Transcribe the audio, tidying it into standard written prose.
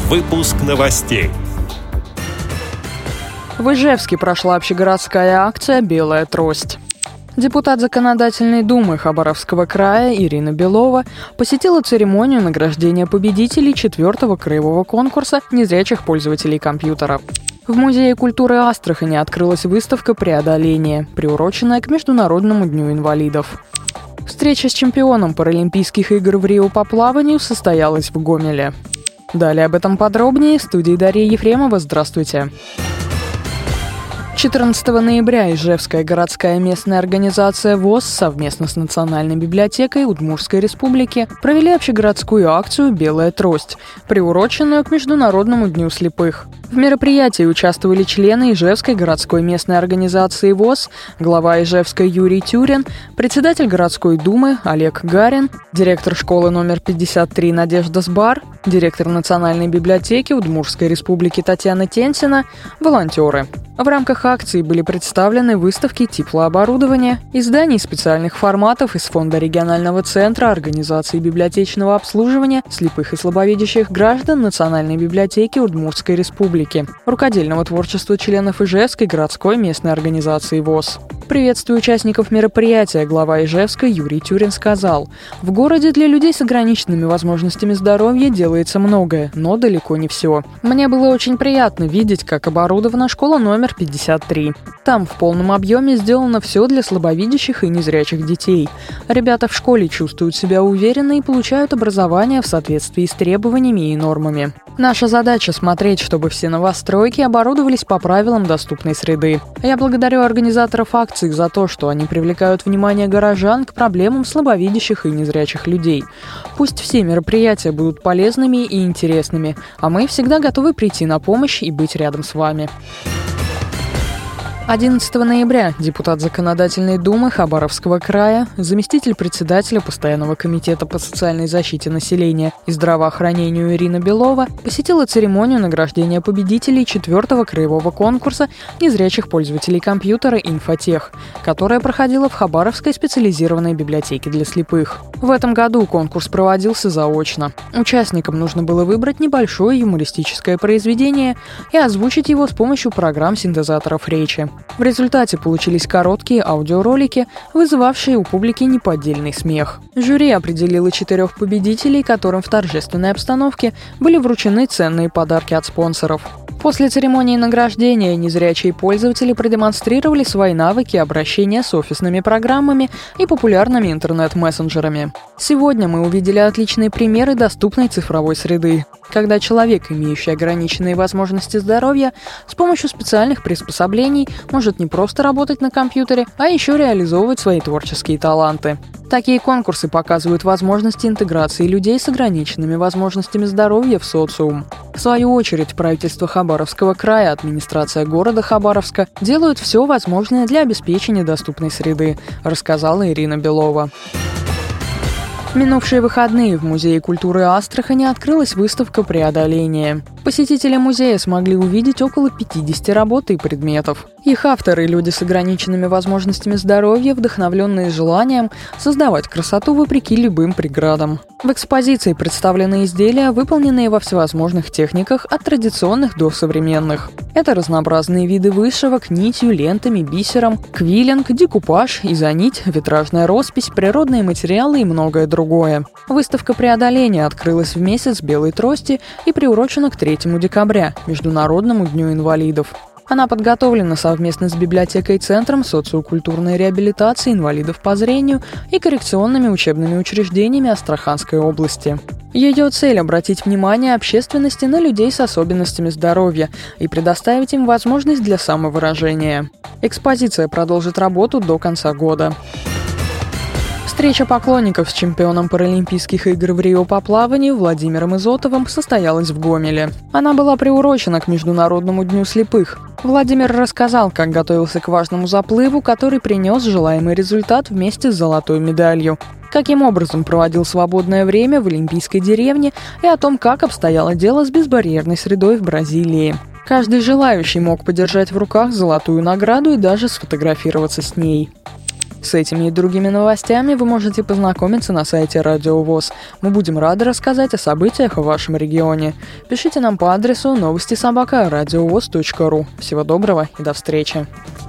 Выпуск новостей. В Ижевске прошла общегородская акция «Белая трость». Депутат Законодательной думы Хабаровского края Ирина Белова посетила церемонию награждения победителей 4-го краевого конкурса незрячих пользователей компьютера. В Музее культуры Астрахани открылась выставка «Преодоление», приуроченная к Международному дню инвалидов. Встреча с чемпионом Паралимпийских игр в Рио по плаванию состоялась в Гомеле. Далее об этом подробнее в студии Дарья Ефремова. Здравствуйте. 14 ноября Ижевская городская местная организация ВОС совместно с Национальной библиотекой Удмуртской республики провели общегородскую акцию «Белая трость», приуроченную к Международному дню слепых. В мероприятии участвовали члены Ижевской городской местной организации ВОС, глава Ижевска Юрий Тюрин, председатель городской думы Олег Гарин, директор школы номер 53 Надежда Сбар, директор Национальной библиотеки Удмуртской республики Татьяна Тенсина, волонтеры. В рамках акции были представлены выставки теплооборудования, изданий специальных форматов из Фонда регионального центра организации библиотечного обслуживания слепых и слабовидящих граждан Национальной библиотеки Удмуртской республики, рукодельного творчества членов Ижевской городской местной организации ВОС. Приветствуя участников мероприятия, глава Ижевска Юрий Тюрин сказал: «В городе для людей с ограниченными возможностями здоровья делается многое, но далеко не все. Мне было очень приятно видеть, как оборудована школа номер 53. Там в полном объеме сделано все для слабовидящих и незрячих детей. Ребята в школе чувствуют себя уверенно и получают образование в соответствии с требованиями и нормами. Наша задача – смотреть, чтобы все новостройки оборудовались по правилам доступной среды. Я благодарю организаторов акции за то, что они привлекают внимание горожан к проблемам слабовидящих и незрячих людей. Пусть все мероприятия будут полезными и интересными, а мы всегда готовы прийти на помощь и быть рядом с вами». 11 ноября депутат Законодательной думы Хабаровского края, заместитель председателя Постоянного комитета по социальной защите населения и здравоохранению Ирина Белова посетила церемонию награждения победителей 4-го краевого конкурса незрячих пользователей компьютера «Инфотех», которая проходила в Хабаровской специализированной библиотеке для слепых. В этом году конкурс проводился заочно. Участникам нужно было выбрать небольшое юмористическое произведение и озвучить его с помощью программ синтезаторов речи. В результате получились короткие аудиоролики, вызывавшие у публики неподдельный смех. Жюри определило 4 победителей, которым в торжественной обстановке были вручены ценные подарки от спонсоров. После церемонии награждения незрячие пользователи продемонстрировали свои навыки обращения с офисными программами и популярными интернет-мессенджерами. Сегодня мы увидели отличные примеры доступной цифровой среды, когда человек, имеющий ограниченные возможности здоровья, с помощью специальных приспособлений может не просто работать на компьютере, а еще реализовывать свои творческие таланты. Такие конкурсы показывают возможности интеграции людей с ограниченными возможностями здоровья в социум. В свою очередь, правительство Хабаровского края, администрация города Хабаровска делают все возможное для обеспечения доступной среды, рассказала Ирина Белова. В минувшие выходные в Музее культуры Астрахани открылась выставка «Преодоление». Посетители музея смогли увидеть около 50 работ и предметов. Их авторы – люди с ограниченными возможностями здоровья, вдохновленные желанием создавать красоту вопреки любым преградам. В экспозиции представлены изделия, выполненные во всевозможных техниках от традиционных до современных. Это разнообразные виды вышивок нитью, лентами, бисером, квиллинг, декупаж, изонить, витражная роспись, природные материалы и многое другое. Выставка «Преодоление» открылась в месяц белой трости и приурочена к 3 декабря, Международному дню инвалидов. Она подготовлена совместно с библиотекой Центром социокультурной реабилитации инвалидов по зрению и коррекционными учебными учреждениями Астраханской области. Ее цель – обратить внимание общественности на людей с особенностями здоровья и предоставить им возможность для самовыражения. Экспозиция продолжит работу до конца года. Встреча поклонников с чемпионом Паралимпийских игр в Рио по плаванию Владимиром Изотовым состоялась в Гомеле. Она была приурочена к Международному дню слепых. Владимир рассказал, как готовился к важному заплыву, который принес желаемый результат вместе с золотой медалью. Каким образом проводил свободное время в Олимпийской деревне и о том, как обстояло дело с безбарьерной средой в Бразилии. Каждый желающий мог подержать в руках золотую награду и даже сфотографироваться с ней. С этими и другими новостями вы можете познакомиться на сайте Радио ВОС. Мы будем рады рассказать о событиях в вашем регионе. Пишите нам по адресу новости@радиовос.ру. Всего доброго и до встречи.